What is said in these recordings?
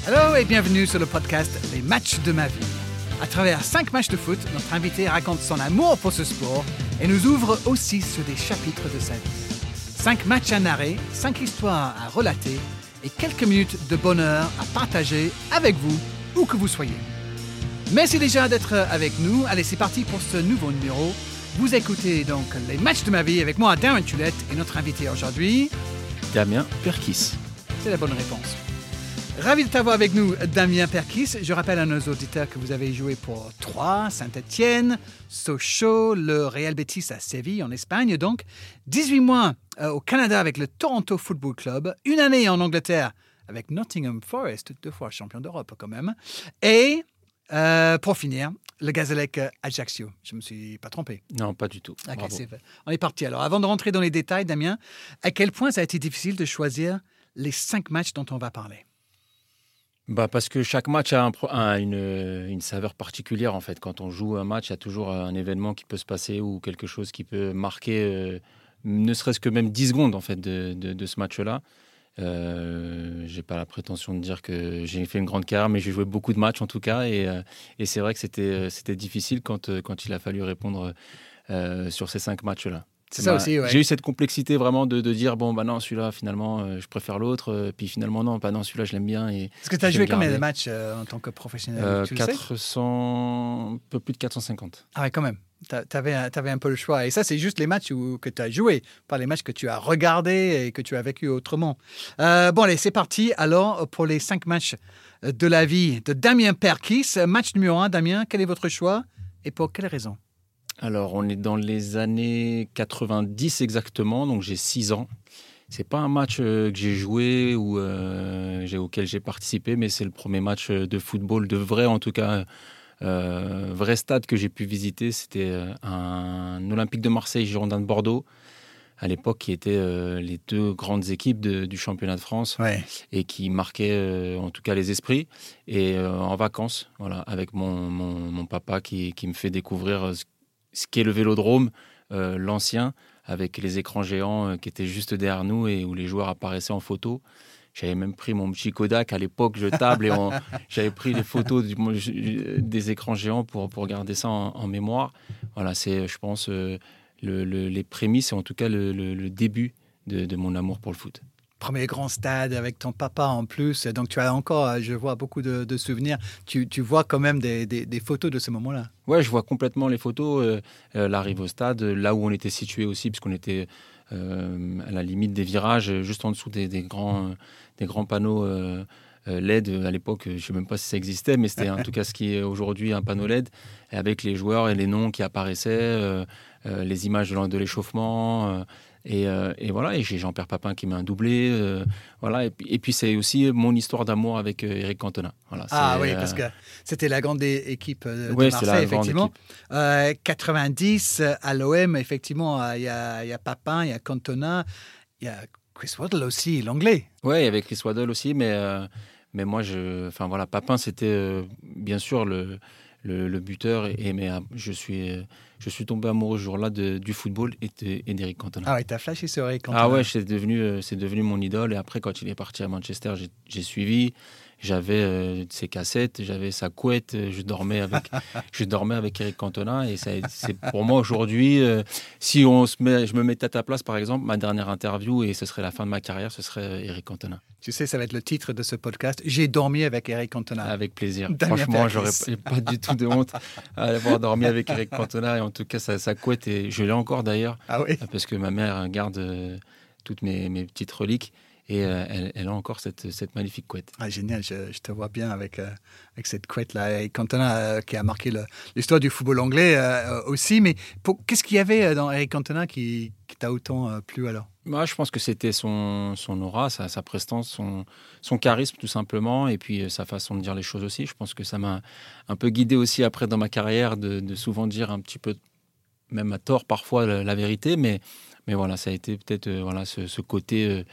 Hello et bienvenue sur le podcast Les matchs de ma vie. À travers 5 matchs de foot, notre invité raconte son amour pour ce sport et nous ouvre aussi sur des chapitres de sa vie. 5 matchs à narrer, 5 histoires à relater et quelques minutes de bonheur à partager avec vous, où que vous soyez. Merci déjà d'être avec nous. Allez, c'est parti pour ce nouveau numéro. Vous écoutez donc Les matchs de ma vie avec moi, Darren Tulette, et notre invité aujourd'hui, Damien Perkis. C'est la bonne réponse. Ravi de t'avoir avec nous, Damien Perkis. Je rappelle à nos auditeurs que vous avez joué pour Troyes, Saint-Etienne, Sochaux, le Real Betis à Séville, en Espagne. Donc, 18 mois au Canada avec le Toronto Football Club, une année en Angleterre avec Nottingham Forest, 2 fois champion d'Europe quand même. Et, pour finir, le Gazélec Ajaccio. Je ne me suis pas trompé. Non, pas du tout. Okay, on est parti. Alors, avant de rentrer dans les détails, Damien, à quel point ça a été difficile de choisir les 5 matchs dont on va parler? Parce que chaque match a une saveur particulière en fait. Quand on joue un match, il y a toujours un événement qui peut se passer ou quelque chose qui peut marquer, ne serait-ce que même 10 secondes en fait de ce match-là. J'ai pas la prétention de dire que j'ai fait une grande carrière, mais j'ai joué beaucoup de matchs en tout cas. Et c'est vrai que c'était difficile quand il a fallu répondre sur ces 5 matchs-là. C'est ça aussi, ouais. J'ai eu cette complexité vraiment de dire non, celui-là finalement je préfère l'autre, puis finalement non, celui-là je l'aime bien. Est-ce que tu as joué combien de matchs en tant que professionnel? 400, un peu plus de 450. Ah ouais, quand même. Tu avais un peu le choix. Et ça, c'est juste les matchs que tu as joués, pas les matchs que tu as regardés et que tu as vécu autrement. Bon, allez, c'est parti. Alors, pour les 5 matchs de la vie de Damien Perkis, match numéro 1, Damien, quel est votre choix et pour quelle raison? Alors, on est dans les années 90 exactement, donc j'ai 6 ans. C'est pas un match que j'ai joué ou auquel j'ai participé, mais c'est le premier match de football, de vrai en tout cas, vrai stade que j'ai pu visiter. C'était un Olympique de Marseille, Girondins de Bordeaux, à l'époque qui étaient les 2 grandes équipes du championnat de France, ouais. Et qui marquaient en tout cas les esprits. Et en vacances, voilà, avec mon papa qui me fait découvrir ce qu'est le Vélodrome, l'ancien, avec les écrans géants qui étaient juste derrière nous et où les joueurs apparaissaient en photo. J'avais même pris mon petit Kodak à l'époque jetable et j'avais pris les photos des écrans géants pour garder ça en mémoire. Voilà, c'est, je pense, les prémices et en tout cas le début de mon amour pour le foot. Premier grand stade avec ton papa en plus. Donc, tu as encore, je vois, beaucoup de souvenirs. Tu vois quand même des photos de ce moment-là. Ouais, je vois complètement les photos. L'arrivée au stade, là où on était situé aussi, puisqu'on était à la limite des virages, juste en dessous des grands panneaux LED. À l'époque, je ne sais même pas si ça existait, mais c'était en tout cas ce qui est aujourd'hui un panneau LED, avec les joueurs et les noms qui apparaissaient, les images de l'échauffement. Et voilà, et j'ai Jean-Pierre Papin qui met un doublé, voilà, et puis c'est aussi mon histoire d'amour avec Eric Cantona. Voilà, oui, parce que c'était la grande équipe de ouais, Marseille, effectivement. 90 à l'OM, effectivement, il y a Papin, il y a Cantona, il y a Chris Waddle aussi, l'anglais. Oui, il y avait Chris Waddle aussi, mais moi, Papin, c'était bien sûr le buteur, mais je suis tombé amoureux ce jour-là du football et d'Eric Cantona. Ah ouais, t'as flashé sur Eric Cantona. Ah ouais, c'est devenu mon idole. Et après, quand il est parti à Manchester, j'ai suivi. J'avais ses cassettes, j'avais sa couette. Je dormais avec Eric Cantona. Et c'est pour moi aujourd'hui, si je me mettais à ta place, par exemple, ma dernière interview, et ce serait la fin de ma carrière, ce serait Eric Cantona. Tu sais, ça va être le titre de ce podcast. J'ai dormi avec Eric Cantona. Avec plaisir. Damien Franchement, Perkis. j'aurais pas du tout de honte à avoir dormi avec Eric Cantona. Et en tout cas, sa couette, et je l'ai encore d'ailleurs. Ah oui. Parce que ma mère garde toutes mes petites reliques. Et elle a encore cette magnifique couette. Ah, génial, je te vois bien avec cette couette-là. Et Cantona qui a marqué l'histoire du football anglais aussi. Mais qu'est-ce qu'il y avait dans Eric Cantona qui t'a autant plu alors? Moi, je pense que c'était son aura, sa prestance, son charisme tout simplement, et puis sa façon de dire les choses aussi. Je pense que ça m'a un peu guidé aussi après dans ma carrière de souvent dire un petit peu, même à tort parfois, la vérité. Mais voilà, ça a été peut-être ce côté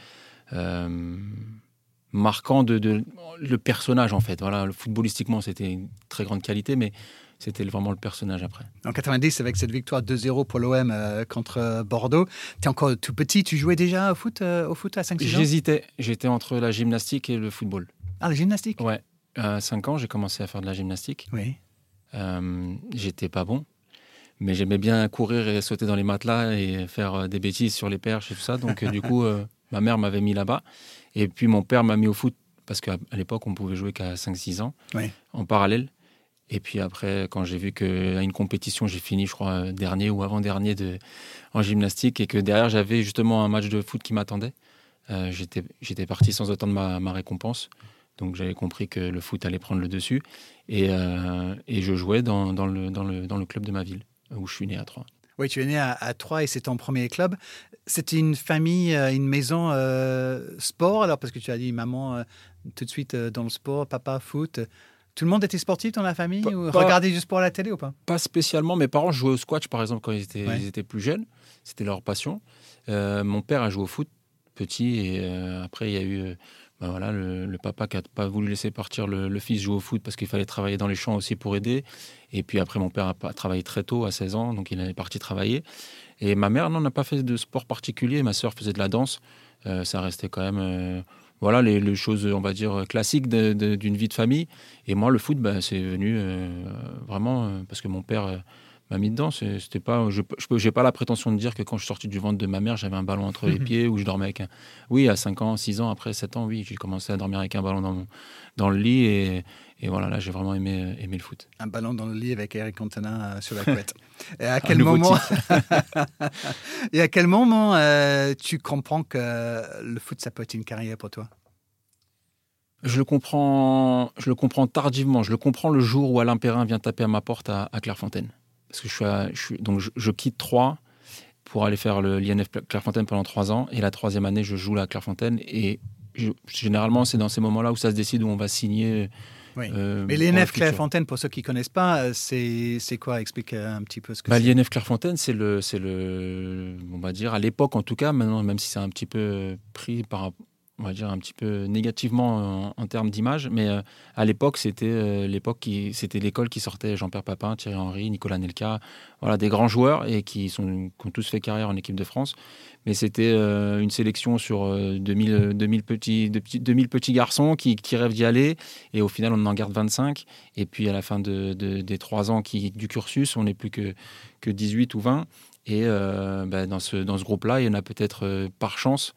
marquant de le personnage en fait. Voilà, footballistiquement, c'était une très grande qualité, mais c'était vraiment le personnage après. En 90, avec cette victoire 2-0 pour l'OM contre Bordeaux, tu es encore tout petit, tu jouais déjà au foot à 5-6 ans? J'hésitais, j'étais entre la gymnastique et le football. Ah, la gymnastique? Ouais. À 5 ans, j'ai commencé à faire de la gymnastique. Oui. J'étais pas bon, mais j'aimais bien courir et sauter dans les matelas et faire des bêtises sur les perches et tout ça. Donc, du coup, ma mère m'avait mis là-bas. Et puis, mon père m'a mis au foot parce qu'à l'époque, on pouvait jouer qu'à 5-6 ans en parallèle. Et puis après, quand j'ai vu qu'à une compétition, j'ai fini, je crois, dernier ou avant-dernier en gymnastique et que derrière, j'avais justement un match de foot qui m'attendait, j'étais parti sans attendre ma récompense. Donc j'avais compris que le foot allait prendre le dessus. Et je jouais dans le club de ma ville, où je suis né à Troyes. Oui, tu es né à Troyes et c'est ton premier club. C'était une famille, une maison sport, alors parce que tu as dit maman tout de suite dans le sport, papa foot. Tout le monde était sportif dans la famille ou regardait du sport à la télé ou pas? Pas spécialement. Mes parents jouaient au squash, par exemple, quand ils étaient plus jeunes. C'était leur passion. Mon père a joué au foot petit et après, il y a eu le papa qui n'a pas voulu laisser partir le fils jouer au foot parce qu'il fallait travailler dans les champs aussi pour aider. Et puis après, mon père a travaillé très tôt, à 16 ans, donc il est parti travailler. Et ma mère, non, n'a pas fait de sport particulier. Ma sœur faisait de la danse. Ça restait quand même... les choses, on va dire, classiques d'une vie de famille. Et moi, le foot, c'est venu vraiment parce que mon père m'a mis dedans. C'était pas, je n'ai pas la prétention de dire que quand je suis sorti du ventre de ma mère, j'avais un ballon entre les pieds ou je dormais avec un... Oui, à 5 ans, 6 ans, après 7 ans, oui, j'ai commencé à dormir avec un ballon dans le lit. Et voilà, là, j'ai vraiment aimé le foot. Un ballon dans le lit avec Eric Cantona sur la couette. Et à quel moment tu comprends que le foot, ça peut être une carrière pour toi? Je le comprends tardivement. Je le comprends le jour où Alain Perrin vient taper à ma porte à Clairefontaine. Parce que je quitte Troyes pour aller faire l'INF Clairefontaine pendant 3 ans. Et la 3e année, je joue là à Clairefontaine. Et généralement, c'est dans ces moments-là où ça se décide, où on va signer. Oui. Mais l'INF Clairefontaine, pour ceux qui ne connaissent pas, c'est quoi? Explique un petit peu ce que c'est. L'INF Clairefontaine, c'est le, on va dire, à l'époque en tout cas, maintenant, même si c'est un petit peu pris on va dire un petit peu négativement en termes d'image, mais à l'époque, c'était l'école qui sortait Jean-Pierre Papin, Thierry Henry, Nicolas Nelka, voilà, des grands joueurs et qui ont tous fait carrière en équipe de France. Mais c'était une sélection sur 2000 petits garçons qui rêvent d'y aller. Et au final, on en garde 25. Et puis, à la fin des 3 ans du cursus, on n'est plus que 18 ou 20. Et dans ce groupe-là, il y en a peut-être par chance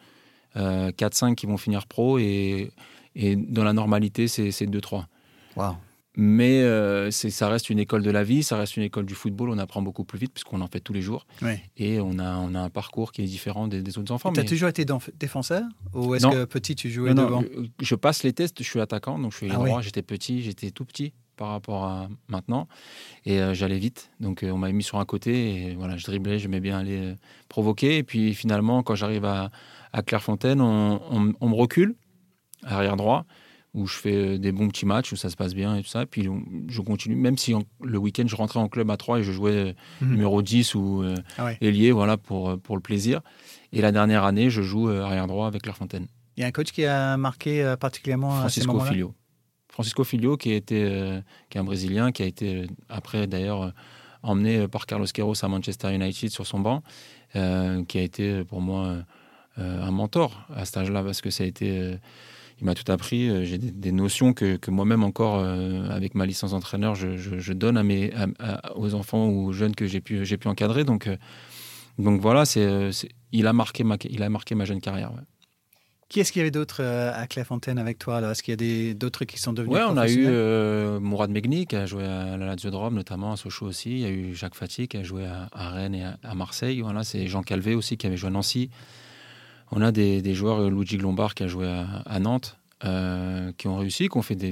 4-5 qui vont finir pro. Et dans la normalité, c'est 2-3. Waouh. Mais ça reste une école de la vie, ça reste une école du football. On apprend beaucoup plus vite puisqu'on en fait tous les jours. Oui. Et on a un parcours qui est différent des autres enfants. Tu as toujours été défenseur? Ou est-ce que petit, tu jouais devant? Je passe les tests, je suis attaquant, donc je suis droit. Oui. J'étais tout petit par rapport à maintenant. Et j'allais vite. Donc on m'avait mis sur un côté et voilà, je driblais, j'aimais bien aller provoquer. Et puis finalement, quand j'arrive à Clairefontaine, on me recule, arrière droit, où je fais des bons petits matchs, où ça se passe bien et tout ça. Puis je continue, même si le week-end, je rentrais en club à Troyes et je jouais numéro 10 ou ailier, voilà, pour le plaisir. Et la dernière année, je joue arrière droit avec Clairefontaine. Il y a un coach qui a marqué particulièrement Francisco Filho. Francisco Filho, qui est un Brésilien, qui a été après d'ailleurs emmené par Carlos Queiroz à Manchester United sur son banc, qui a été pour moi un mentor à cet âge-là, parce que ça a été... il m'a tout appris. J'ai des notions que moi-même encore, avec ma licence d'entraîneur, je donne aux enfants ou aux jeunes que j'ai pu encadrer. Donc voilà, il a marqué ma jeune carrière. Ouais. Qui est-ce qu'il y avait d'autres à Clairefontaine avec toi alors? Est-ce qu'il y a d'autres qui sont devenus professionnels? On a eu Mourad Megni qui a joué à la Lazio de Rome, notamment à Sochaux aussi. Il y a eu Jacques Fati qui a joué à Rennes et à Marseille. Voilà, c'est Jean Calvé aussi qui avait joué à Nancy. On a des joueurs, Luigi Lombard qui a joué à Nantes, qui ont réussi, qui ont fait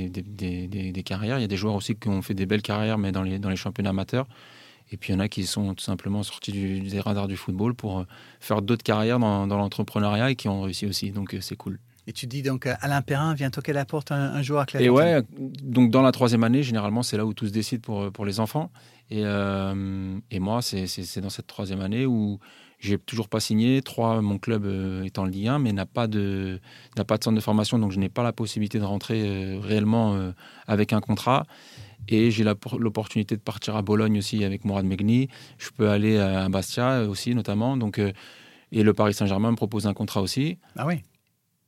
des carrières. Il y a des joueurs aussi qui ont fait des belles carrières, mais dans les championnats amateurs. Et puis il y en a qui sont tout simplement sortis des radars du football pour faire d'autres carrières dans l'entrepreneuriat et qui ont réussi aussi. Donc c'est cool. Et tu dis donc Alain Perrin vient toquer la porte un jour à Clairefontaine. Et ouais, donc dans la 3e année, généralement, c'est là où tout se décide pour les enfants. Et moi, c'est dans cette 3e année où j'ai toujours pas signé. Mon club est en Ligue 1, mais n'a pas de centre de formation, donc je n'ai pas la possibilité de rentrer réellement avec un contrat. Et j'ai l'opportunité de partir à Bologne aussi avec Mourad Megni. Je peux aller à Bastia aussi, notamment. Donc, et le Paris Saint-Germain me propose un contrat aussi. Ah oui.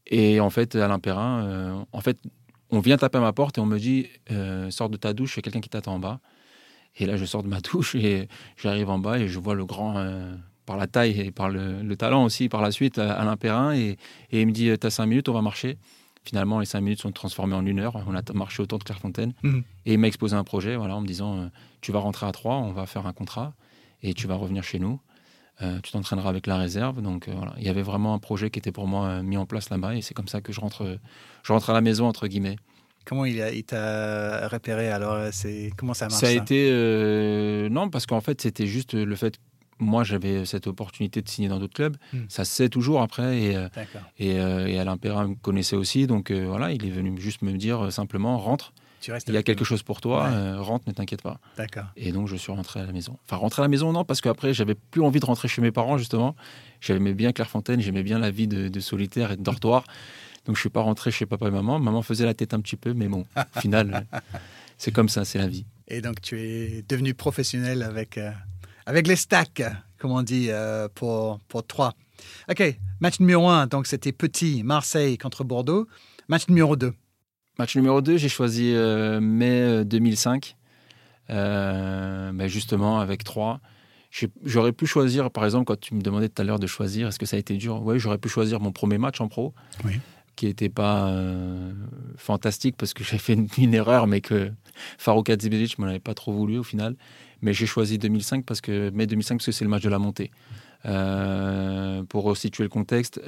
Et en fait, Alain Perrin, on vient taper à ma porte et on me dit sors de ta douche, il y a quelqu'un qui t'attend en bas. Et là, je sors de ma douche et j'arrive en bas et je vois le grand, par la taille et par le talent aussi, par la suite, Alain Perrin. Et il me dit t'as 5 minutes, on va marcher. Finalement, les 5 minutes sont transformées en 1 heure. On a marché autour de Clairefontaine. Et il m'a exposé un projet en me disant tu vas rentrer à 3, on va faire un contrat et tu vas revenir chez nous. Tu t'entraîneras avec la réserve. Donc voilà, il y avait vraiment un projet qui était pour moi mis en place là-bas. Et c'est comme ça que je rentre à la maison, entre guillemets. Comment il t'a repéré alors comment ça marche Ça a été... non, parce qu'en fait, c'était juste le fait que moi, j'avais cette opportunité de signer dans d'autres clubs. Ça se sait toujours après. Et Alain Perrin me connaissait aussi. Donc voilà, il est venu juste me dire simplement, rentre. Il y a quelque chose pour toi, rentre, ne t'inquiète pas. D'accord. Et donc, je suis rentré à la maison. Enfin, rentré à la maison, non, parce qu'après, j'avais plus envie de rentrer chez mes parents, justement. J'aimais bien Clairefontaine, j'aimais bien la vie de solitaire et de dortoir. Donc, je ne suis pas rentré chez papa et maman. Maman faisait la tête un petit peu, mais bon, au final, c'est comme ça, c'est la vie. Et donc, tu es devenu professionnel avec les stacks, comme on dit, pour 3. OK, match numéro 1, donc c'était petit, Marseille contre Bordeaux. Match numéro 2. Match numéro 2, j'ai choisi mai 2005, justement avec 3. J'aurais pu choisir, par exemple, quand tu me demandais tout à l'heure de choisir, est-ce que ça a été dur ? Oui, j'aurais pu choisir mon premier match en pro, qui n'était pas fantastique parce que j'ai fait une erreur, mais que Farouk Hadzibejic ne m'en avait pas trop voulu au final. Mais j'ai choisi mai 2005 parce que c'est le match de la montée. Pour resituer le contexte,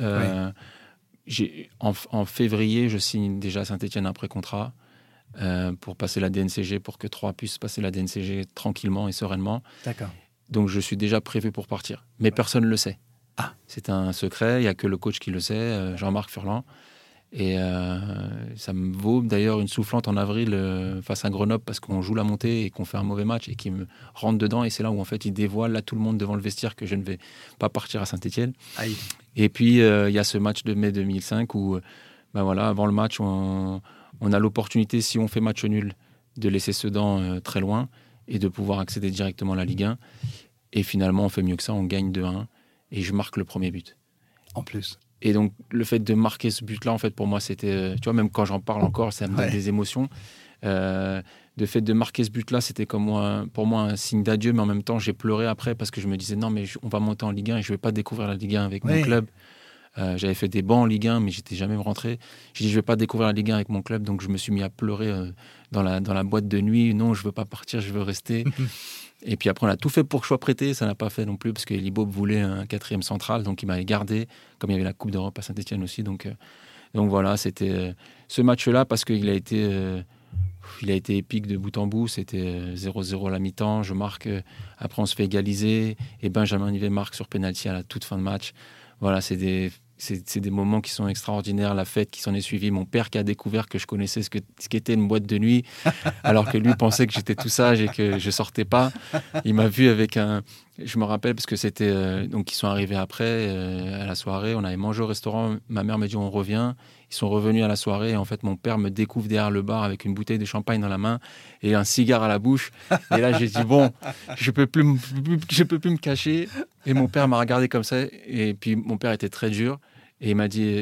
en février, je signe déjà à Saint-Etienne un pré-contrat pour passer la DNCG, pour que 3 puisse passer la DNCG tranquillement et sereinement. D'accord. Donc, je suis déjà prévu pour partir. Mais personne ne le sait. C'est un secret, il n'y a que le coach qui le sait, Jean-Marc Furlan. Et ça me vaut d'ailleurs une soufflante en avril face à Grenoble parce qu'on joue la montée et qu'on fait un mauvais match et qu'il me rentre dedans. Et c'est là où en fait il dévoile là tout le monde devant le vestiaire que je ne vais pas partir à Saint-Etienne. Aïe. Et puis il y a ce match de mai 2005 où avant le match on a l'opportunité, si on fait match nul, de laisser Sedan très loin et de pouvoir accéder directement à la Ligue 1. Et finalement on fait mieux que ça, on gagne 2-1 et je marque le premier but. En plus. Et donc, le fait de marquer ce but-là, en fait, pour moi, c'était... Tu vois, même quand j'en parle encore, ça me donne des émotions. Le fait de marquer ce but-là, c'était pour moi un signe d'adieu, mais en même temps, j'ai pleuré après parce que je me disais, non, mais on va monter en Ligue 1 et je ne vais pas découvrir la Ligue 1 avec mon club. J'avais fait des bancs en Ligue 1, mais j'étais jamais rentré. J'ai dit, je ne vais pas découvrir la Ligue 1 avec mon club, donc je me suis mis à pleurer dans la boîte de nuit. Non, je ne veux pas partir, je veux rester. Et puis après, on a tout fait pour que je sois prêté. Ça n'a pas fait non plus parce que Libo voulait un 4e central, donc il m'avait gardé, comme il y avait la Coupe d'Europe à Saint-Etienne aussi. Donc voilà, c'était ce match-là parce qu'il a été épique de bout en bout. C'était 0-0 à la mi-temps. Je marque, après on se fait égaliser et Benjamin Nivet marque sur pénalty à la toute fin de match. Voilà, c'est des moments qui sont extraordinaires. La fête qui s'en est suivie. Mon père qui a découvert que je connaissais ce qu'était une boîte de nuit, alors que lui pensait que j'étais tout sage et que je sortais pas. Il m'a vu avec un... Je me rappelle parce que c'était... donc ils sont arrivés après, à la soirée. On avait mangé au restaurant. Ma mère m'a dit on revient. Ils sont revenus à la soirée. Et en fait, mon père me découvre derrière le bar avec une bouteille de champagne dans la main et un cigare à la bouche. Et là, j'ai dit bon, je peux plus me cacher. Et mon père m'a regardé comme ça. Et puis, mon père était très dur. Et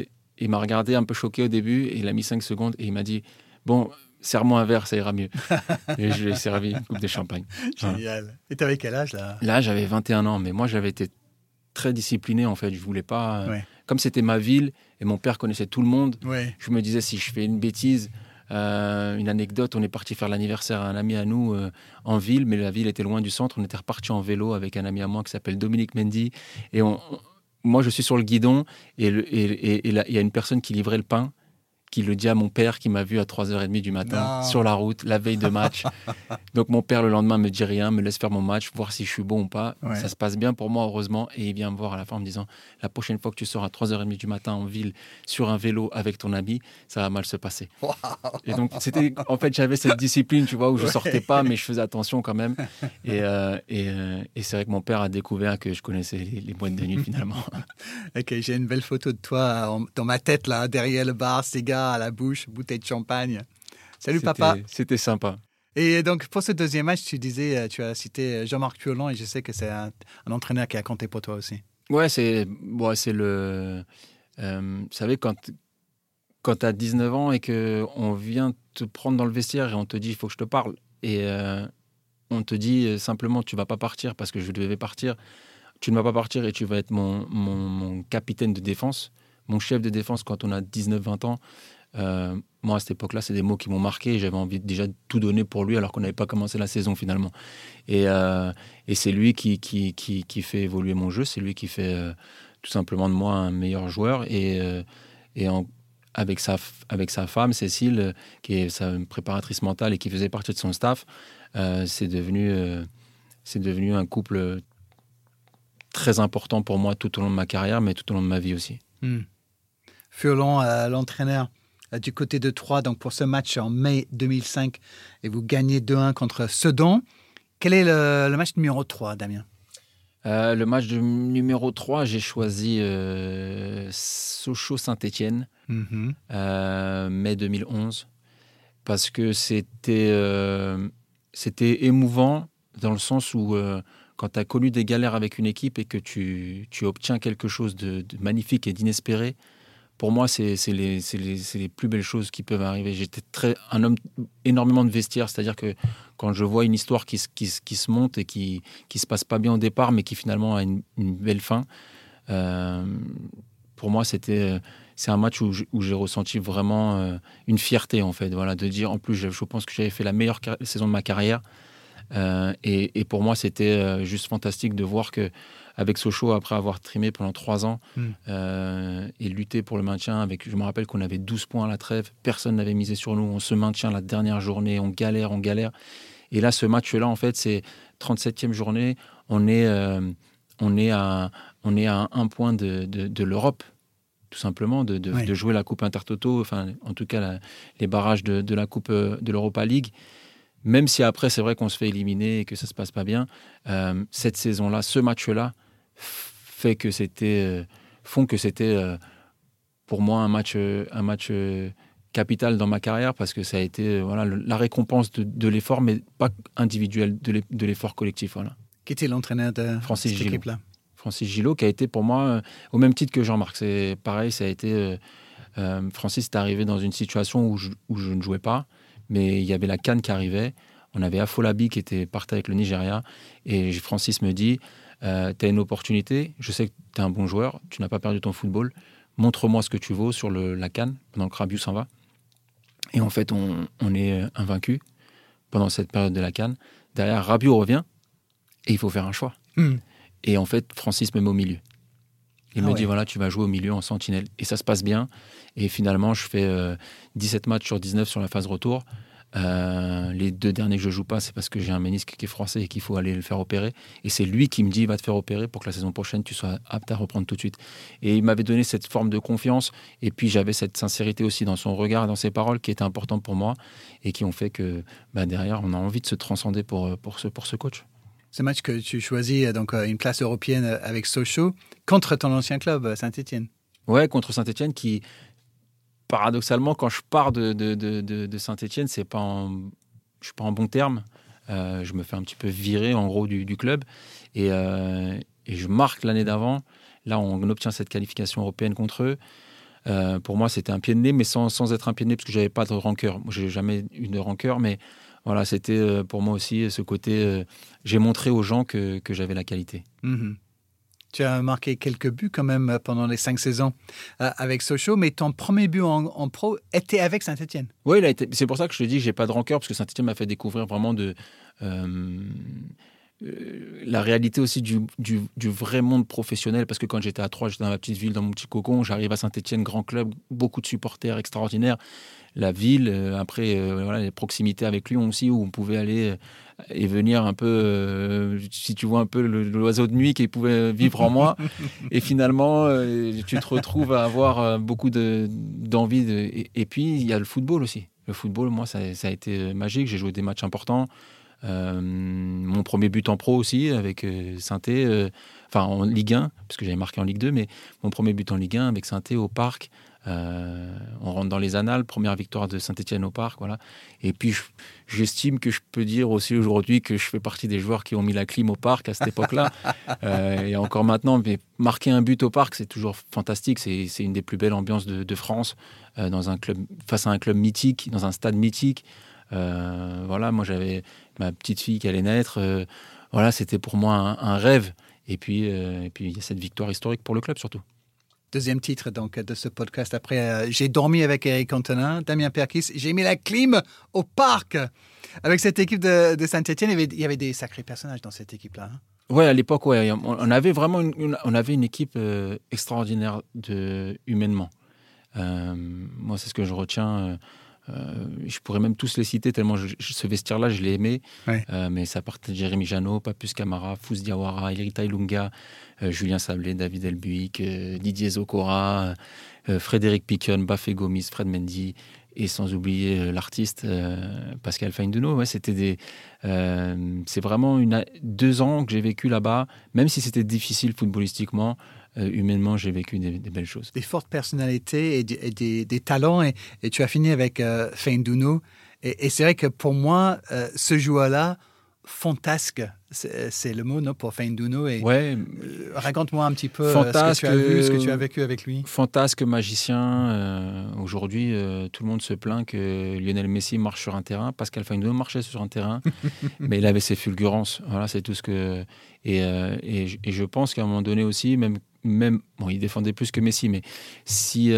il m'a regardé un peu choqué au début. Et il a mis 5 secondes. Et il m'a dit bon, serre-moi un verre, ça ira mieux. Et je lui ai servi une coupe de champagne. Génial. Et tu avais quel âge là ? Là, j'avais 21 ans. Mais moi, j'avais été très discipliné en fait. Je voulais pas... Comme c'était ma ville et mon père connaissait tout le monde, je me disais si je fais une bêtise, une anecdote, on est parti faire l'anniversaire à un ami à nous en ville, mais la ville était loin du centre. On était reparti en vélo avec un ami à moi qui s'appelle Dominique Mendy. Et moi, je suis sur le guidon et il y a une personne qui livrait le pain, qui le dit à mon père qui m'a vu à 3h30 du matin sur la route, la veille de match. Donc mon père le lendemain me dit rien, me laisse faire mon match, voir si je suis bon ou pas. Ça se passe bien pour moi, heureusement. Et il vient me voir à la fin en me disant la prochaine fois que tu sors à 3h30 du matin en ville sur un vélo avec ton ami, ça va mal se passer. Wow. Et donc en fait j'avais cette discipline, tu vois, où je sortais pas, mais je faisais attention quand même. Et c'est vrai que mon père a découvert que je connaissais les boîtes de nuit finalement. Ok, j'ai une belle photo de toi dans ma tête là, derrière le bar, cigare à la bouche, bouteille de champagne. Salut papa. C'était sympa. Et donc pour ce deuxième match, tu as cité Jean-Marc Furlan et je sais que c'est un entraîneur qui a compté pour toi aussi. Ouais, c'est le... vous savez, quand quand tu as 19 ans et qu'on vient te prendre dans le vestiaire et on te dit il faut que je te parle et on te dit simplement tu ne vas pas partir parce que je devais partir, tu ne vas pas partir et tu vas être mon capitaine de défense, mon chef de défense quand on a 19-20 ans. Moi, à cette époque-là, c'est des mots qui m'ont marqué et j'avais envie déjà de tout donner pour lui alors qu'on n'avait pas commencé la saison finalement. Et c'est lui qui fait évoluer mon jeu, c'est lui qui fait tout simplement de moi un meilleur joueur. Avec sa femme, Cécile, qui est sa préparatrice mentale et qui faisait partie de son staff, c'est devenu un couple très important pour moi tout au long de ma carrière, mais tout au long de ma vie aussi. Furlan, l'entraîneur du côté de Troyes, donc pour ce match en mai 2005, et vous gagnez 2-1 contre Sedan. Quel est le match numéro 3, Damien ? Le match numéro 3, j'ai choisi Sochaux-Saint-Étienne, mai 2011, parce que c'était émouvant dans le sens où quand tu as connu des galères avec une équipe et que tu obtiens quelque chose de magnifique et d'inespéré, pour moi, c'est les plus belles choses qui peuvent arriver. J'étais un homme énormément de vestiaire, c'est-à-dire que quand je vois une histoire qui se monte et qui se passe pas bien au départ, mais qui finalement a une belle fin, pour moi, c'est un match où j'ai ressenti vraiment une fierté, en fait, voilà, de dire, en plus, je pense que j'avais fait la meilleure saison de ma carrière. Et pour moi, c'était juste fantastique de voir qu'avec Sochaux, après avoir trimé pendant 3 ans et lutter pour le maintien, je me rappelle qu'on avait 12 points à la trêve, personne n'avait misé sur nous, on se maintient la dernière journée, on galère. Et là, ce match-là, en fait, c'est 37e journée, on est à 1 point de l'Europe, tout simplement, de jouer la Coupe Intertoto, enfin, en tout cas, les barrages de la Coupe de l'Europa League. Même si après, c'est vrai qu'on se fait éliminer et que ça ne se passe pas bien, cette saison-là, ce match-là, font que c'était pour moi un match capital dans ma carrière parce que ça a été la récompense de l'effort, mais pas individuel, de l'effort collectif. Voilà. Qui était l'entraîneur de cette équipe-là ? Francis Gillot, qui a été pour moi, au même titre que Jean-Marc. C'est pareil, ça a été... Francis est arrivé dans une situation où je ne jouais pas, mais il y avait la CAN qui arrivait. On avait Afolabi qui partait avec le Nigeria. Et Francis me dit, tu as une opportunité, je sais que tu es un bon joueur, tu n'as pas perdu ton football, montre-moi ce que tu vaux sur la CAN, pendant que Rabiot s'en va. Et en fait, on est invaincu pendant cette période de la CAN. Derrière, Rabiot revient et il faut faire un choix. Et en fait, Francis me met au milieu. Il me dit, voilà, tu vas jouer au milieu en sentinelle. Et ça se passe bien. Et finalement, je fais 17 matchs sur 19 sur la phase retour. Les 2 derniers que je ne joue pas, c'est parce que j'ai un ménisque qui est froissé et qu'il faut aller le faire opérer. Et c'est lui qui me dit, va te faire opérer pour que la saison prochaine, tu sois apte à reprendre tout de suite. Et il m'avait donné cette forme de confiance. Et puis, j'avais cette sincérité aussi dans son regard et dans ses paroles qui étaient importantes pour moi et qui ont fait que derrière, on a envie de se transcender pour ce coach. Ce match que tu choisis, donc une place européenne avec Sochaux, contre ton ancien club, Saint-Étienne. Ouais, contre Saint-Étienne qui, paradoxalement, quand je pars de Saint-Étienne, je ne suis pas en bon terme. Je me fais un petit peu virer, en gros, du club. Et je marque l'année d'avant. Là, on obtient cette qualification européenne contre eux. Pour moi, c'était un pied de nez, mais sans être un pied de nez, parce que je n'avais pas de rancœur. Moi, je n'ai jamais eu de rancœur, mais... Voilà, c'était pour moi aussi ce côté... j'ai montré aux gens que j'avais la qualité. Tu as marqué quelques buts quand même pendant les 5 saisons avec Sochaux, mais ton premier but en pro était avec Saint-Étienne. Oui, c'est pour ça que je te dis que je n'ai pas de rancœur, parce que Saint-Étienne m'a fait découvrir vraiment la réalité aussi du vrai monde professionnel, parce que quand j'étais à Troyes, j'étais dans ma petite ville, dans mon petit cocon, j'arrive à Saint-Étienne, grand club, beaucoup de supporters extraordinaires. La ville, après les proximités avec Lyon aussi, où on pouvait aller et venir un peu, si tu vois un peu l'oiseau de nuit qui pouvait vivre en moi. Et finalement, tu te retrouves à avoir beaucoup d'envie. Et puis, il y a le football aussi. Le football, moi, ça a été magique. J'ai joué des matchs importants. Mon premier but en pro aussi, avec Saint-Étienne, en Ligue 1, parce que j'avais marqué en Ligue 2, mais mon premier but en Ligue 1 avec Saint-Étienne au Parc. on rentre dans les annales. Première victoire de Saint-Etienne au Parc, voilà. Et puis, j'estime que je peux dire aussi aujourd'hui que je fais partie des joueurs qui ont mis la clim au Parc à cette époque-là. Et encore maintenant, mais marquer un but au Parc, c'est toujours fantastique. C'est une des plus belles ambiances de France, dans un club, face à un club mythique, dans un stade mythique. Voilà, moi, j'avais ma petite fille qui allait naître. Voilà, c'était pour moi un rêve. Et puis, il y a cette victoire historique pour le club, surtout. Deuxième titre donc, de ce podcast. Après, j'ai dormi avec Eric Cantona, Damien Perkis. J'ai mis la clim au Parc. Avec cette équipe de Saint-Etienne, il y avait des sacrés personnages dans cette équipe-là. Hein. Ouais, à l'époque, ouais, on avait vraiment une équipe extraordinaire humainement. Moi, c'est ce que je retiens. Je pourrais même tous les citer tellement ce vestiaire-là, je l'ai aimé. Ouais. Mais ça partait de Jérémy Janot, Papus Camara, Fous Diawara, Irita Ilunga, Julien Sablé, David Elbuik, Didier Zokora, Frédéric Piquion, Bafé Gomis, Fred Mendy, et sans oublier l'artiste Pascal Fainduno. Ouais, c'est vraiment 2 ans que j'ai vécu là-bas, même si c'était difficile footballistiquement. Humainement, j'ai vécu des belles choses. Des fortes personnalités et des talents. Et tu as fini avec Fainduno. Et c'est vrai que pour moi, ce joueur-là, fantasque, c'est le mot, non, pour Fainduno. Et ouais, raconte-moi un petit peu ce que tu as vu, ce que tu as vécu avec lui. Fantasque, magicien. Aujourd'hui, tout le monde se plaint que Lionel Messi marche sur un terrain. Pascal Fainduno marchait sur un terrain, mais il avait ses fulgurances. Voilà, c'est tout ce que... Et je pense qu'à un moment donné aussi, même bon, il défendait plus que Messi, mais s'il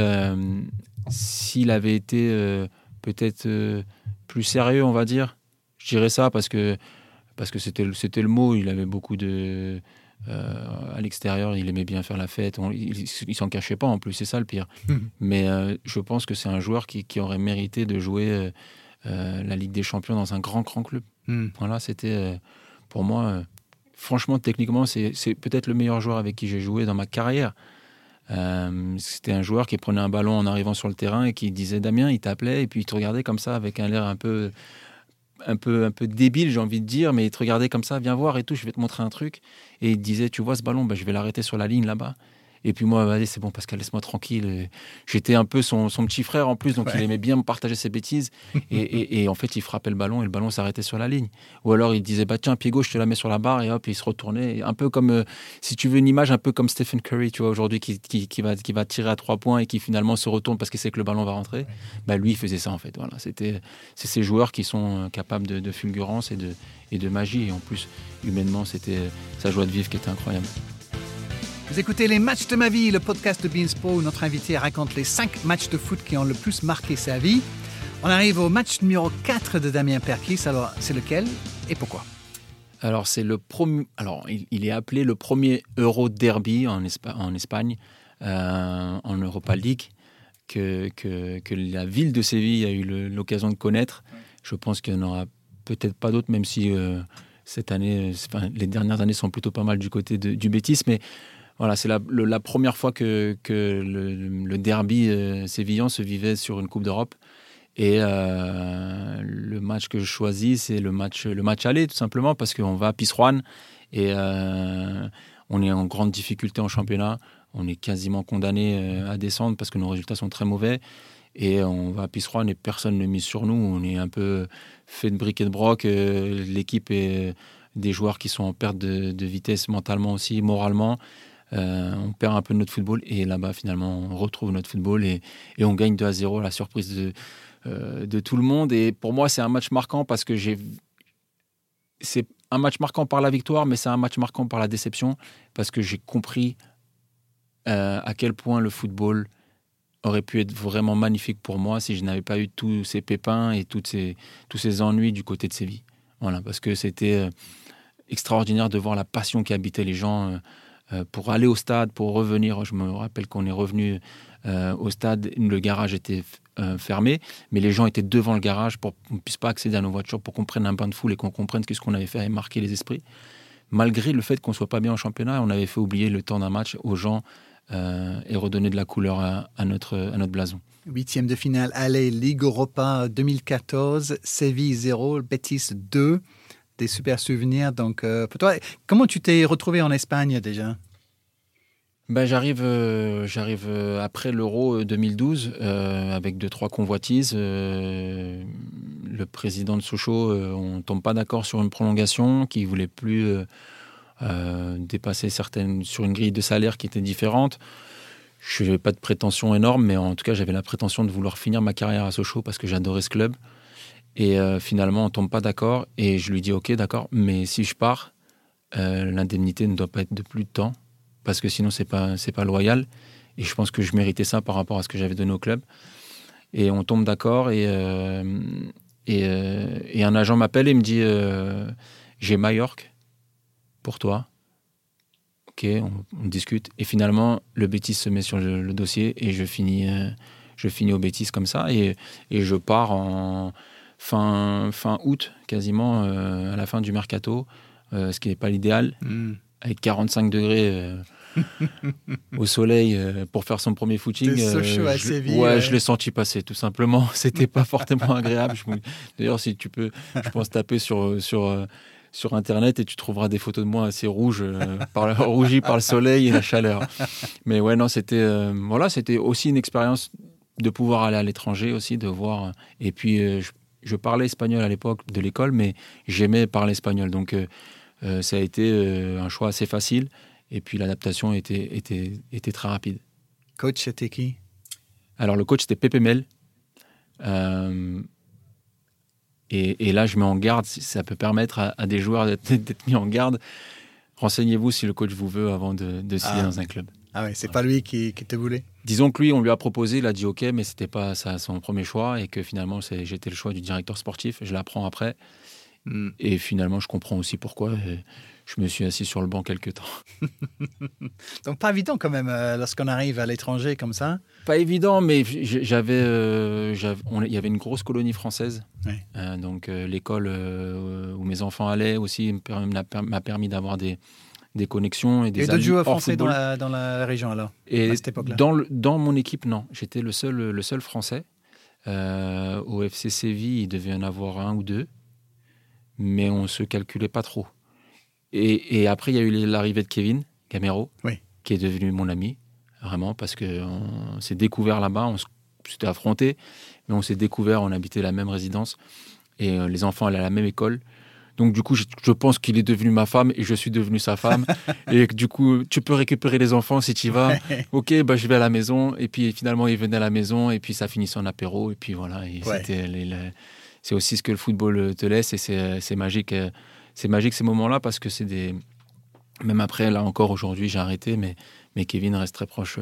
avait été peut-être plus sérieux, on va dire, je dirais ça parce que c'était le mot. Il avait beaucoup de à l'extérieur, il aimait bien faire la fête. Il s'en cachait pas en plus, c'est ça le pire. Mais je pense que c'est un joueur qui aurait mérité de jouer la Ligue des Champions dans un grand club. Voilà, c'était pour moi. Franchement, techniquement, c'est peut-être le meilleur joueur avec qui j'ai joué dans ma carrière. C'était un joueur qui prenait un ballon en arrivant sur le terrain et qui disait Damien, il t'appelait et puis il te regardait comme ça avec un air un peu débile, j'ai envie de dire, mais il te regardait comme ça, viens voir et tout, je vais te montrer un truc. Et il disait, tu vois ce ballon, je vais l'arrêter sur la ligne là-bas. Et puis moi, allez, c'est bon, Pascal, laisse-moi tranquille. J'étais un peu son petit frère en plus, donc ouais. Il aimait bien me partager ses bêtises. et en fait, il frappait le ballon et le ballon s'arrêtait sur la ligne. Ou alors, il disait, tiens, pied gauche, je te la mets sur la barre, et hop, il se retournait. Un peu comme, si tu veux une image, un peu comme Stephen Curry, tu vois, aujourd'hui, qui va tirer à 3 points et qui finalement se retourne parce qu'il sait que le ballon va rentrer. Ouais. Lui, il faisait ça, en fait. Voilà, c'est ces joueurs qui sont capables de fulgurance et de magie. Et en plus, humainement, c'était sa joie de vivre qui était incroyable. Vous écoutez Les Matchs de ma vie, le podcast de Beansport où notre invité raconte les 5 matchs de foot qui ont le plus marqué sa vie. On arrive au match numéro 4 de Damien Perkis. Alors, c'est lequel et pourquoi ? Alors, c'est le premier. Alors, il est appelé le premier Euro Derby en Espagne, en Europa League, que la ville de Séville a eu l'occasion de connaître. Je pense qu'il n'y en aura peut-être pas d'autres, même si cette année, les dernières années sont plutôt pas mal du côté du Betis, mais voilà, c'est la première fois que le derby sévillan se vivait sur une Coupe d'Europe. Et le match que je choisis, c'est le match aller, tout simplement, parce qu'on va à Pizjuán et on est en grande difficulté en championnat. On est quasiment condamné à descendre parce que nos résultats sont très mauvais. Et on va à Pizjuán et personne ne mise sur nous. On est un peu fait de briques et de broc. L'équipe est des joueurs qui sont en perte de vitesse mentalement aussi, moralement. On perd un peu de notre football et là-bas finalement on retrouve notre football et on gagne 2-0 à la surprise de tout le monde. Et pour moi c'est un match marquant parce que c'est un match marquant par la victoire, mais c'est un match marquant par la déception parce que j'ai compris à quel point le football aurait pu être vraiment magnifique pour moi si je n'avais pas eu tous ces pépins et tous ces ennuis du côté de Séville. Voilà, parce que c'était extraordinaire de voir la passion qui habitait les gens pour aller au stade, pour revenir. Je me rappelle qu'on est revenu au stade, le garage était fermé, mais les gens étaient devant le garage pour qu'on ne puisse pas accéder à nos voitures, pour qu'on prenne un bain de foule et qu'on comprenne que ce qu'on avait fait avait marqué les esprits. Malgré le fait qu'on ne soit pas bien en championnat, on avait fait oublier le temps d'un match aux gens et redonner de la couleur à notre blason. 8e de finale, aller Ligue Europa 2014, Séville 0, Betis 2. Des super souvenirs. Donc, pour toi, comment tu t'es retrouvé en Espagne déjà ? J'arrive après l'Euro 2012 avec 2-3 convoitises. Le président de Sochaux, on ne tombe pas d'accord sur une prolongation, qui ne voulait plus dépasser sur une grille de salaire qui était différente. Je n'avais pas de prétention énorme, mais en tout cas, j'avais la prétention de vouloir finir ma carrière à Sochaux parce que j'adorais ce club. Et finalement, on ne tombe pas d'accord. Et je lui dis, OK, d'accord, mais si je pars, l'indemnité ne doit pas être de plus de temps parce que sinon, c'est pas loyal. Et je pense que je méritais ça par rapport à ce que j'avais donné au club. Et on tombe d'accord et un agent m'appelle et me dit j'ai Majorque pour toi. Ok, on discute. Et finalement, le Betis se met sur le dossier et je finis au Betis comme ça. Et je pars en fin août, quasiment à la fin du mercato, ce qui n'est pas l'idéal, avec 45 degrés au soleil pour faire son premier footing. Sochaux à Séville. Je l'ai senti passer, tout simplement. C'était pas fortement agréable. D'ailleurs, si tu peux, je pense, taper sur Internet et tu trouveras des photos de moi assez rougies par le soleil et la chaleur. Mais ouais, non, c'était aussi une expérience de pouvoir aller à l'étranger aussi, de voir. Et puis, je parlais espagnol à l'époque de l'école, mais j'aimais parler espagnol. Donc, ça a été un choix assez facile. Et puis, l'adaptation était très rapide. Coach, c'était qui ? Alors, le coach, c'était Pepe Mel. Et là, je mets en garde, ça peut permettre à des joueurs d'être mis en garde. Renseignez-vous si le coach vous veut avant de signer dans un club. Ah oui, c'est pas lui qui te voulait ? Disons que lui, on lui a proposé, il a dit OK, mais c'était pas son premier choix et que finalement, j'étais le choix du directeur sportif. Je l'apprends après. Et finalement, je comprends aussi pourquoi. Je me suis assis sur le banc quelques temps. Donc, pas évident quand même lorsqu'on arrive à l'étranger comme ça. Pas évident, mais il y avait une grosse colonie française. Oui. Donc, l'école où mes enfants allaient aussi m'a permis d'avoir des connexions et des amis. Et d'autres joueurs hors français football. dans la région alors, et à cette époque-là. Dans mon équipe, non. J'étais le seul français. Au FC Séville, il devait y en avoir un ou deux. Mais on ne se calculait pas trop. Et après, il y a eu l'arrivée de Kevin Gamero, qui est devenu mon ami, vraiment, parce qu'on s'est découvert là-bas, on s'était affrontés, mais on s'est découvert, on habitait la même résidence, et les enfants allaient à la même école. Donc du coup, je pense qu'il est devenu ma femme, et je suis devenu sa femme. Et du coup, tu peux récupérer les enfants si tu y vas. Ok, je vais à la maison. Et puis finalement, il venait à la maison, et puis ça finissait en apéro, et puis voilà. Et c'est aussi ce que le football te laisse, et c'est magique. C'est magique ces moments-là parce que même après, là encore aujourd'hui, j'ai arrêté, mais Kevin reste très proche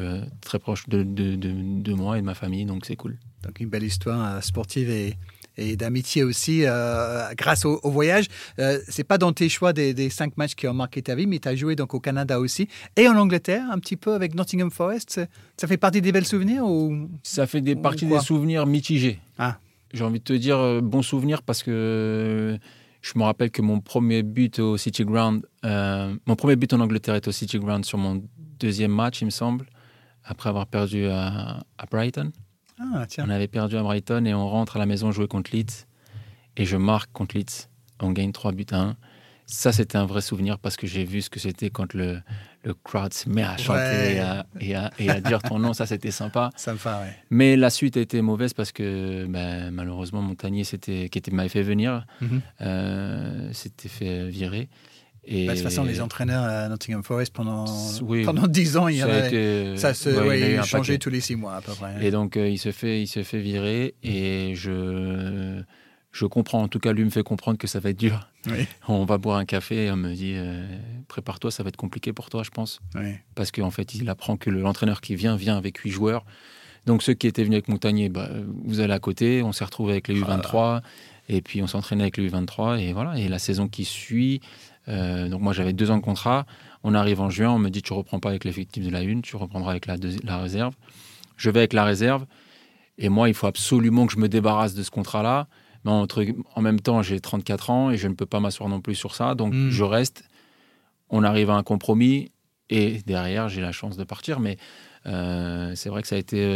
de moi et de ma famille, donc c'est cool. Donc une belle histoire sportive et d'amitié aussi grâce au voyage. C'est pas dans tes choix des 5 matchs qui ont marqué ta vie, mais tu as joué donc au Canada aussi et en Angleterre un petit peu avec Nottingham Forest. Ça fait partie des belles souvenirs ou ça fait partie des souvenirs mitigés. Ah. J'ai envie de te dire bons souvenirs parce que je me rappelle que mon premier but au City Ground, mon premier but en Angleterre était au City Ground sur mon deuxième match, il me semble, après avoir perdu à Brighton. Ah, tiens. On avait perdu à Brighton et on rentre à la maison jouer contre Leeds. Et je marque contre Leeds. On gagne 3-1. Ça, c'était un vrai souvenir parce que j'ai vu ce que c'était quand le crowd se met à chanter et à dire ton nom. Ça, c'était sympa. Sympa, ouais. Mais la suite a été mauvaise parce que malheureusement, Montagnier, qui m'avait fait venir, s'était fait virer. Et de toute façon, les entraîneurs à Nottingham Forest pendant 10 ans, il a changé tous les 6 mois à peu près. Et donc, il se fait virer et je comprends, en tout cas, lui me fait comprendre que ça va être dur. Oui. On va boire un café et on me dit prépare-toi, ça va être compliqué pour toi, je pense. Oui. Parce qu'en fait, il apprend que l'entraîneur qui vient avec 8 joueurs. Donc, ceux qui étaient venus avec Montagnier, vous allez à côté. On s'est retrouvés avec les U23 et puis on s'entraînait avec les U23 et voilà. Et la saison qui suit, donc moi j'avais 2 ans de contrat. On arrive en juin, on me dit tu reprends pas avec l'effectif de la 1, tu reprendras avec la réserve. Je vais avec la réserve et moi, il faut absolument que je me débarrasse de ce contrat-là. Mais en même temps, j'ai 34 ans et je ne peux pas m'asseoir non plus sur ça. Donc, je reste. On arrive à un compromis et derrière, j'ai la chance de partir. Mais c'est vrai que ça a été...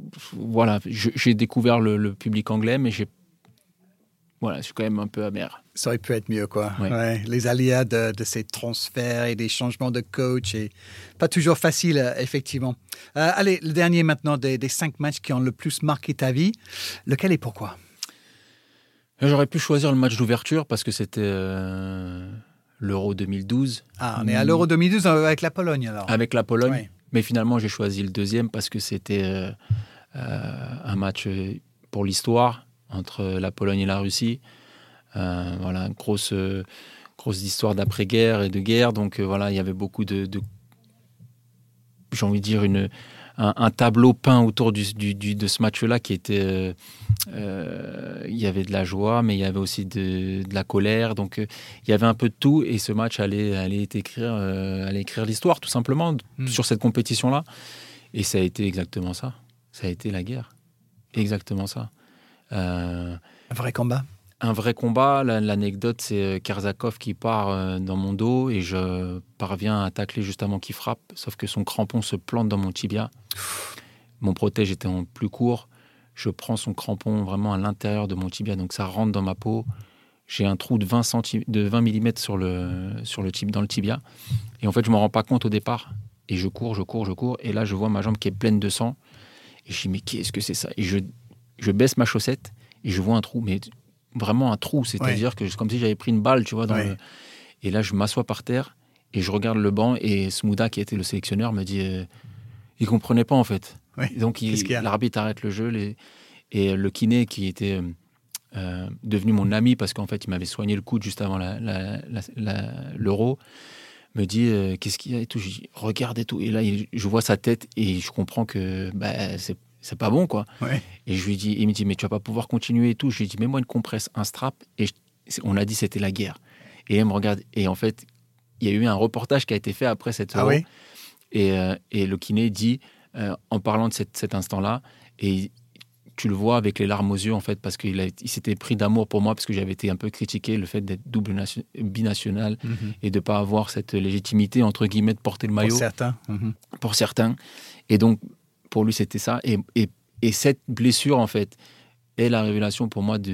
j'ai découvert le public anglais, mais je suis quand même un peu amer. Ça aurait pu être mieux, quoi. Ouais. Ouais. Les aléas de ces transferts et des changements de coach, et pas toujours facile, effectivement. Allez, le dernier maintenant des 5 matchs qui ont le plus marqué ta vie. Lequel et pourquoi? J'aurais pu choisir le match d'ouverture parce que c'était l'Euro 2012. Ah, on est à l'Euro 2012 avec la Pologne, alors. Avec la Pologne. Ouais. Mais finalement, j'ai choisi le deuxième parce que c'était un match pour l'histoire entre la Pologne et la Russie. Voilà, grosse histoire d'après-guerre et de guerre. Donc voilà, il y avait beaucoup de j'ai envie de dire un tableau peint autour de ce match-là qui était il y avait de la joie, mais il y avait aussi de la colère. Donc il y avait un peu de tout, et ce match allait écrire l'histoire tout simplement sur cette compétition-là. Et ça a été exactement ça. Ça a été la guerre. Exactement ça. Un vrai combat. Un vrai combat. L'anecdote, c'est Kerzakov qui part dans mon dos et je parviens à tacler juste avant qu'il frappe, sauf que son crampon se plante dans mon tibia. Mon protège était en plus court. Je prends son crampon vraiment à l'intérieur de mon tibia, donc ça rentre dans ma peau. J'ai un trou de 20 mm dans le tibia. Et en fait, je ne m'en rends pas compte au départ. Et je cours. Et là, je vois ma jambe qui est pleine de sang. Et je dis, mais qu'est-ce que c'est ça? Et je baisse ma chaussette et je vois un trou, mais vraiment un trou. C'est-à-dire que c'est comme si j'avais pris une balle, tu vois. Et là, je m'assois par terre et je regarde le banc. Et Smouda, qui était le sélectionneur, me dit, il ne comprenait pas, en fait. Donc, l'arbitre arrête le jeu. Et le kiné, qui était devenu mon ami, parce qu'en fait, il m'avait soigné le coude juste avant l'Euro, me dit qu'est-ce qu'il y a et tout. Je dis regarde et tout. Et là, je vois sa tête et je comprends que c'est pas bon, quoi. Et je lui dis, il me dit mais tu vas pas pouvoir continuer et tout. Je lui dis mets-moi une compresse, un strap. Et on a dit c'était la guerre. Et elle me regarde. Et en fait, il y a eu un reportage qui a été fait après cette Euro. Et le kiné dit en parlant de cet instant-là, et tu le vois avec les larmes aux yeux, en fait, parce qu'il s'était pris d'amour pour moi, parce que j'avais été un peu critiqué, le fait d'être binational et de ne pas avoir cette légitimité, entre guillemets, de porter le maillot. Pour certains. Et donc, pour lui, c'était ça. Et cette blessure, en fait, est la révélation pour moi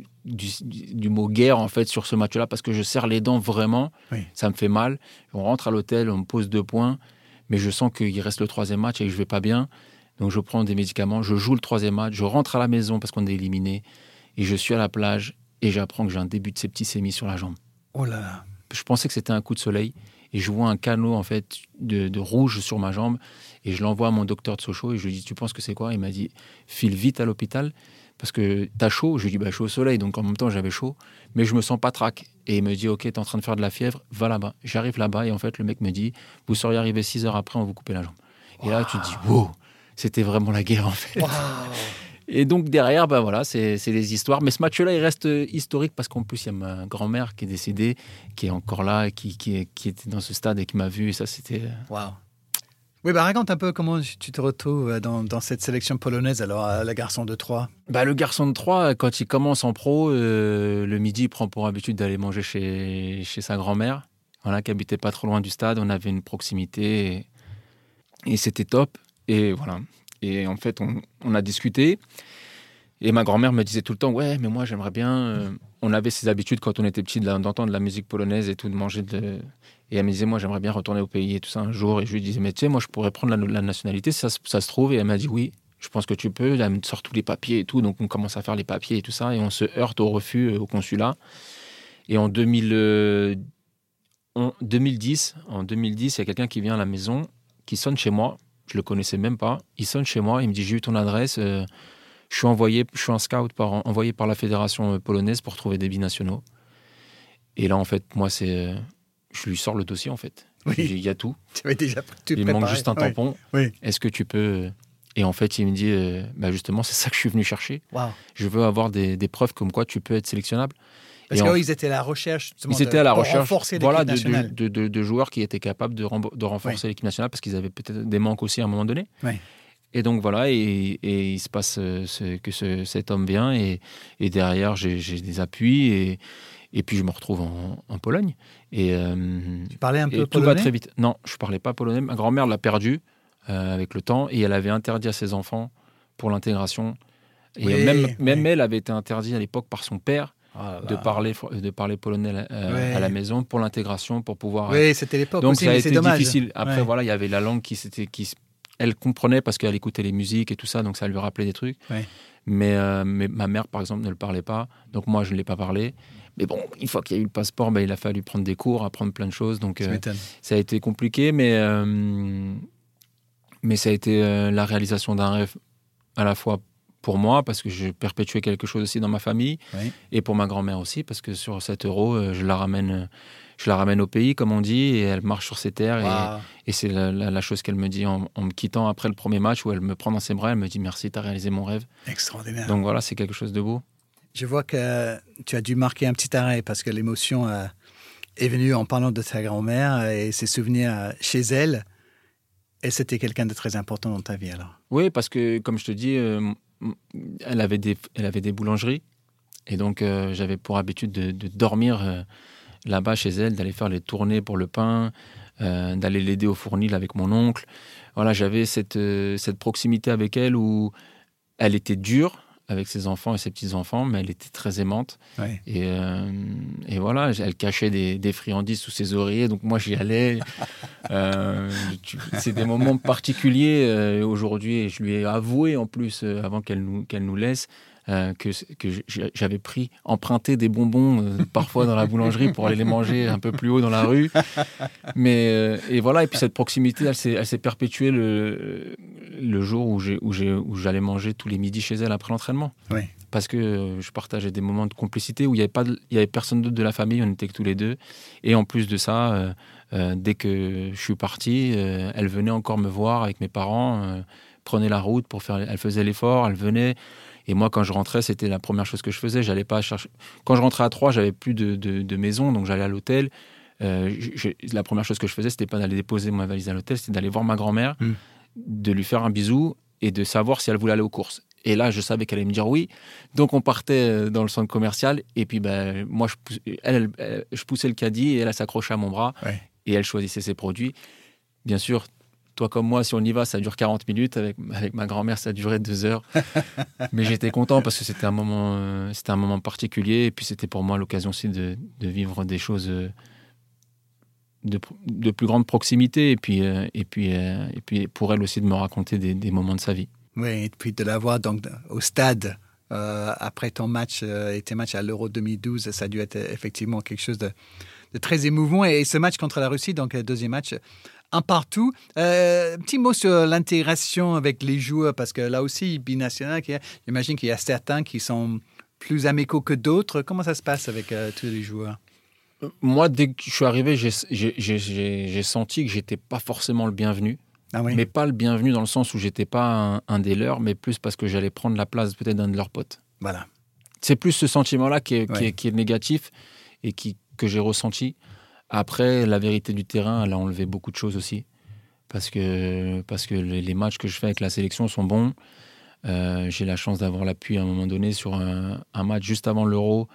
du mot guerre, en fait, sur ce match-là, parce que je serre les dents vraiment. Ça me fait mal. On rentre à l'hôtel, on me pose 2 points, mais je sens qu'il reste le 3e match et que je ne vais pas bien. Donc, je prends des médicaments, je joue le 3e match, je rentre à la maison parce qu'on est éliminé, et je suis à la plage et j'apprends que j'ai un début de septicémie sur la jambe. Oh là là. Je pensais que c'était un coup de soleil et je vois un canot, en fait, de rouge sur ma jambe, et je l'envoie à mon docteur de Sochaux et je lui dis, tu penses que c'est quoi? Il m'a dit, file vite à l'hôpital parce que t'as chaud. Je lui dis, je suis au soleil, donc en même temps j'avais chaud, mais je me sens pas trac. Et il me dit, ok, t'es en train de faire de la fièvre, va là-bas. J'arrive là-bas et en fait le mec me dit, vous seriez arrivé 6 heures après, on vous coupait la jambe. Et là tu te dis, wow, c'était vraiment la guerre, en fait. Wow. Et donc derrière, voilà, c'est les histoires. Mais ce match-là, il reste historique parce qu'en plus, il y a ma grand-mère qui est décédée, qui est encore là, qui était dans ce stade et qui m'a vu. Et ça, c'était... Wow. Oui, raconte un peu comment tu te retrouves dans cette sélection polonaise, alors, le garçon de Troyes. Le garçon de Troyes, quand il commence en pro, le midi, il prend pour habitude d'aller manger chez sa grand-mère, voilà, qui habitait pas trop loin du stade. On avait une proximité et c'était top. Et voilà. Et en fait, on a discuté. Et ma grand-mère me disait tout le temps, ouais, mais moi, j'aimerais bien... on avait ces habitudes, quand on était petit, d'entendre de la musique polonaise et tout, de manger Et elle me disait, moi, j'aimerais bien retourner au pays et tout ça un jour. Et je lui disais, mais tu sais, moi, je pourrais prendre la nationalité, si ça se trouve. Et elle m'a dit, oui, je pense que tu peux. Elle me sort tous les papiers et tout. Donc, on commence à faire les papiers et tout ça. Et on se heurte au refus au consulat. Et en 2010, il y a quelqu'un qui vient à la maison, qui sonne chez moi. Je le connaissais même pas. Il sonne chez moi, il me dit, j'ai eu ton adresse, je suis un scout envoyé par la fédération polonaise pour trouver des binationaux. Et là, en fait, moi, je lui sors le dossier, en fait. Oui. Il y a tout. Tu avais déjà tout il préparé. Me manque juste un tampon. Oui. Est-ce que tu peux... Et en fait, il me dit, justement, c'est ça que je suis venu chercher. Wow. Je veux avoir des preuves comme quoi tu peux être sélectionnable. Parce qu'ils étaient à la recherche, renforcer l'équipe nationale. De joueurs qui étaient capables de renforcer l'équipe nationale, parce qu'ils avaient peut-être des manques aussi à un moment donné. Oui. Et donc voilà, et il se passe que cet homme vient, et derrière j'ai des appuis, et puis je me retrouve en Pologne. Et, tu parlais un peu polonais? Tout va très vite. Non, je ne parlais pas polonais. Ma grand-mère l'a perdu avec le temps, et elle avait interdit à ses enfants pour l'intégration. Et même elle avait été interdite à l'époque par son père. de parler polonais à la maison pour l'intégration, pour pouvoir... Oui, c'était l'époque donc aussi, ça a mais été c'est dommage. difficile. Après, voilà, il y avait la langue elle comprenait parce qu'elle écoutait les musiques et tout ça, donc ça lui rappelait des trucs. Ouais. Mais ma mère, par exemple, ne le parlait pas. Donc moi, je ne l'ai pas parlé. Mais bon, une fois qu'il y a eu le passeport, il a fallu prendre des cours, apprendre plein de choses. Donc ça a été compliqué, mais ça a été la réalisation d'un rêve à la fois pour moi, parce que je perpétuais quelque chose aussi dans ma famille, et pour ma grand-mère aussi, parce que sur 7 €, je la ramène au pays, comme on dit, et elle marche sur ses terres. Wow. Et c'est la chose qu'elle me dit en me quittant après le premier match, où elle me prend dans ses bras, elle me dit « Merci, tu as réalisé mon rêve ». Extraordinaire. Donc voilà, c'est quelque chose de beau. Je vois que tu as dû marquer un petit arrêt parce que l'émotion est venue en parlant de ta grand-mère et ses souvenirs chez elle. Et c'était quelqu'un de très important dans ta vie alors. Oui, parce que, comme je te dis, elle avait des boulangeries. Et donc, j'avais pour habitude de dormir là-bas chez elle, d'aller faire les tournées pour le pain, d'aller l'aider au fournil avec mon oncle. Voilà, j'avais cette proximité avec elle où elle était dure avec ses enfants et ses petits-enfants, mais elle était très aimante. Ouais. Et voilà, elle cachait des friandises sous ses oreillers, donc moi j'y allais. C'est des moments particuliers aujourd'hui, et je lui ai avoué en plus, avant qu'elle nous laisse, que j'avais emprunté des bonbons parfois dans la boulangerie pour aller les manger un peu plus haut dans la rue. Et voilà, et puis cette proximité, elle s'est perpétuée le jour où j'allais manger tous les midis chez elle après l'entraînement. Oui. Parce que je partageais des moments de complicité où il y avait personne d'autre de la famille, on était que tous les deux. Et en plus de ça, dès que je suis parti, elle venait encore me voir avec mes parents, prenait la route elle faisait l'effort, elle venait. Et moi, quand je rentrais, c'était la première chose que je faisais. J'allais pas chercher. Quand je rentrais à Troyes, j'avais plus de maison, donc j'allais à l'hôtel. La première chose que je faisais, c'était pas d'aller déposer ma valise à l'hôtel, c'était d'aller voir ma grand-mère, de lui faire un bisou et de savoir si elle voulait aller aux courses. Et là, je savais qu'elle allait me dire oui. Donc, on partait dans le centre commercial. Et puis, moi, je poussais le caddie et elle s'accrochait à mon bras. Ouais. Et elle choisissait ses produits. Bien sûr, toi comme moi, si on y va, ça dure 40 minutes. Avec ma grand-mère, ça durait 2 heures. Mais j'étais content parce que c'était un moment particulier. Et puis, c'était pour moi l'occasion aussi de vivre des choses de plus grande proximité. Et puis pour elle aussi de me raconter des moments de sa vie. Oui, et puis de la voir donc, au stade après ton match et tes matchs à l'Euro 2012, ça a dû être effectivement quelque chose de très émouvant. Et ce match contre la Russie, donc deuxième match, un partout. Petit mot sur l'intégration avec les joueurs, parce que là aussi, binational, j'imagine qu'il y a certains qui sont plus amicaux que d'autres. Comment ça se passe avec tous les joueurs ? Moi, dès que je suis arrivé, j'ai senti que j'étais pas forcément le bienvenu. Ah oui. Mais pas le bienvenu dans le sens où j'étais pas un des leurs, mais plus parce que j'allais prendre la place peut-être d'un de leurs potes. Voilà. C'est plus ce sentiment-là qui est négatif et que j'ai ressenti. Après, la vérité du terrain, elle a enlevé beaucoup de choses aussi. Parce que les matchs que je fais avec la sélection sont bons. J'ai la chance d'avoir l'appui à un moment donné sur un match juste avant l'Euro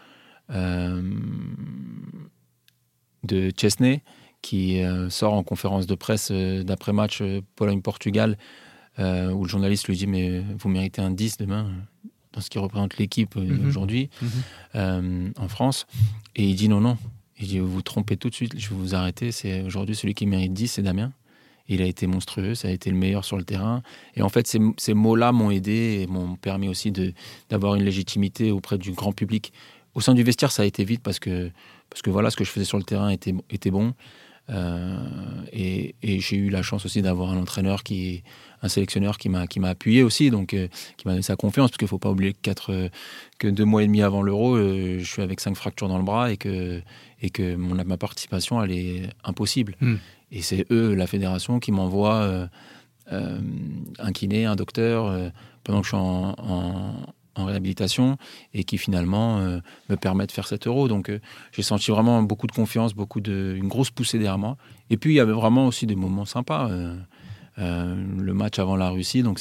de Chesney, qui sort en conférence de presse d'après-match Pologne-Portugal, où le journaliste lui dit « Mais vous méritez un 10 demain ?» dans ce qui représente l'équipe aujourd'hui en France. Et il dit « Non. » Il dit « Vous vous trompez tout de suite, je vais vous arrêter. Aujourd'hui, celui qui mérite 10, c'est Damien. » Il a été monstrueux, ça a été le meilleur sur le terrain. Et en fait, ces mots-là m'ont aidé et m'ont permis aussi d'avoir une légitimité auprès du grand public. Au sein du vestiaire, ça a été vite parce que voilà, ce que je faisais sur le terrain était bon. Et j'ai eu la chance aussi d'avoir un sélectionneur qui m'a appuyé aussi, donc qui m'a donné sa confiance, parce qu'il ne faut pas oublier que 2 mois et demi avant l'Euro, je suis avec 5 fractures dans le bras et que ma participation, elle est impossible. Et c'est eux, la fédération, qui m'envoie un kiné, un docteur, pendant que je suis en réhabilitation, et qui finalement me permet de faire cet Euro. Donc j'ai senti vraiment beaucoup de confiance, une grosse poussée derrière moi. Et puis il y avait vraiment aussi des moments sympas. Le match avant la Russie, donc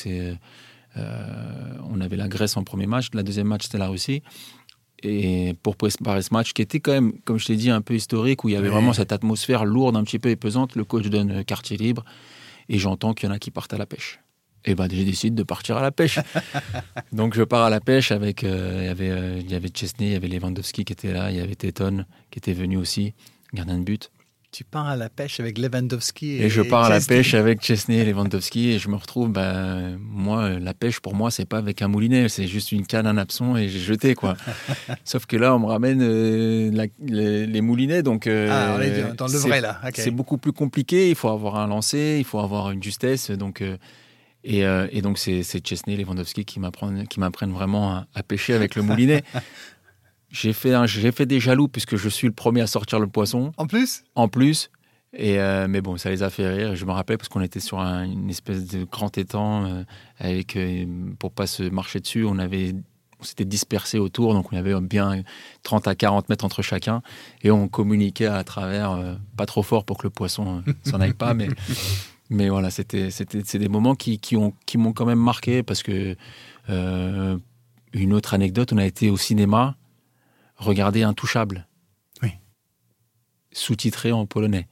on avait la Grèce en premier match, la deuxième match c'était la Russie. Et pour préparer ce match qui était quand même, comme je t'ai dit, un peu historique, où il y avait vraiment cette atmosphère lourde, un petit peu et pesante, le coach donne quartier libre, et j'entends qu'il y en a qui partent à la pêche. Et j'ai décidé de partir à la pêche. Donc je pars à la pêche avec, il y avait Chesney, il y avait Lewandowski qui était là, il y avait Téton qui était venu aussi, gardien de but. Tu pars à la pêche avec Lewandowski et je pars à la pêche avec Chesney et Lewandowski et je me retrouve, moi, la pêche pour moi, c'est pas avec un moulinet, c'est juste une canne, un hameçon et j'ai jeté, quoi. Sauf que là, on me ramène les moulinets, donc... on est dans le vrai, là. Okay. C'est beaucoup plus compliqué, il faut avoir un lancer, il faut avoir une justesse, donc... Et donc, c'est Chesney et Lewandowski qui m'apprennent vraiment à pêcher avec le moulinet. J'ai fait des jaloux puisque je suis le premier à sortir le poisson. En plus. Mais bon, ça les a fait rire. Je me rappelle parce qu'on était sur une espèce de grand étang pour pas se marcher dessus. On s'était dispersés autour, donc on avait bien 30 à 40 mètres entre chacun. Et on communiquait à travers, pas trop fort pour que le poisson s'en aille pas, mais voilà, c'est des moments qui m'ont quand même marqué parce que une autre anecdote, on a été au cinéma regarder Intouchable. Oui. Sous-titré en polonais.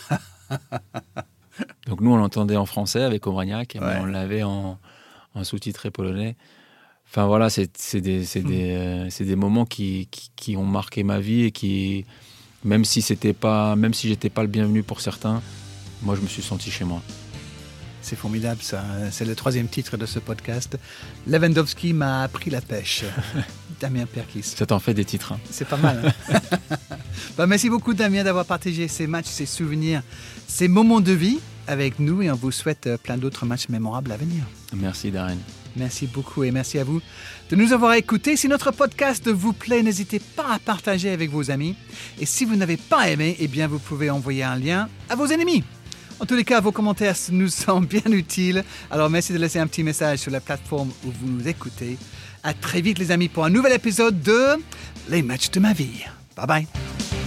Donc nous, on l'entendait en français avec Obraniak, mais on l'avait en sous-titré polonais. Enfin voilà, c'est des moments qui ont marqué ma vie et qui, même si j'étais pas le bienvenu pour certains, moi je me suis senti chez moi. C'est formidable, ça. C'est le 3e titre de ce podcast. Lewandowski m'a appris la pêche. Damien Perkis. Ça t'en fait des titres. Hein. C'est pas mal. Hein. Merci beaucoup, Damien, d'avoir partagé ces matchs, ces souvenirs, ces moments de vie avec nous. Et on vous souhaite plein d'autres matchs mémorables à venir. Merci, Darren. Merci beaucoup et merci à vous de nous avoir écoutés. Si notre podcast vous plaît, n'hésitez pas à partager avec vos amis. Et si vous n'avez pas aimé, vous pouvez envoyer un lien à vos ennemis. En tous les cas, vos commentaires nous sont bien utiles. Alors, merci de laisser un petit message sur la plateforme où vous nous écoutez. À très vite, les amis, pour un nouvel épisode de Les Matchs de ma vie. Bye bye.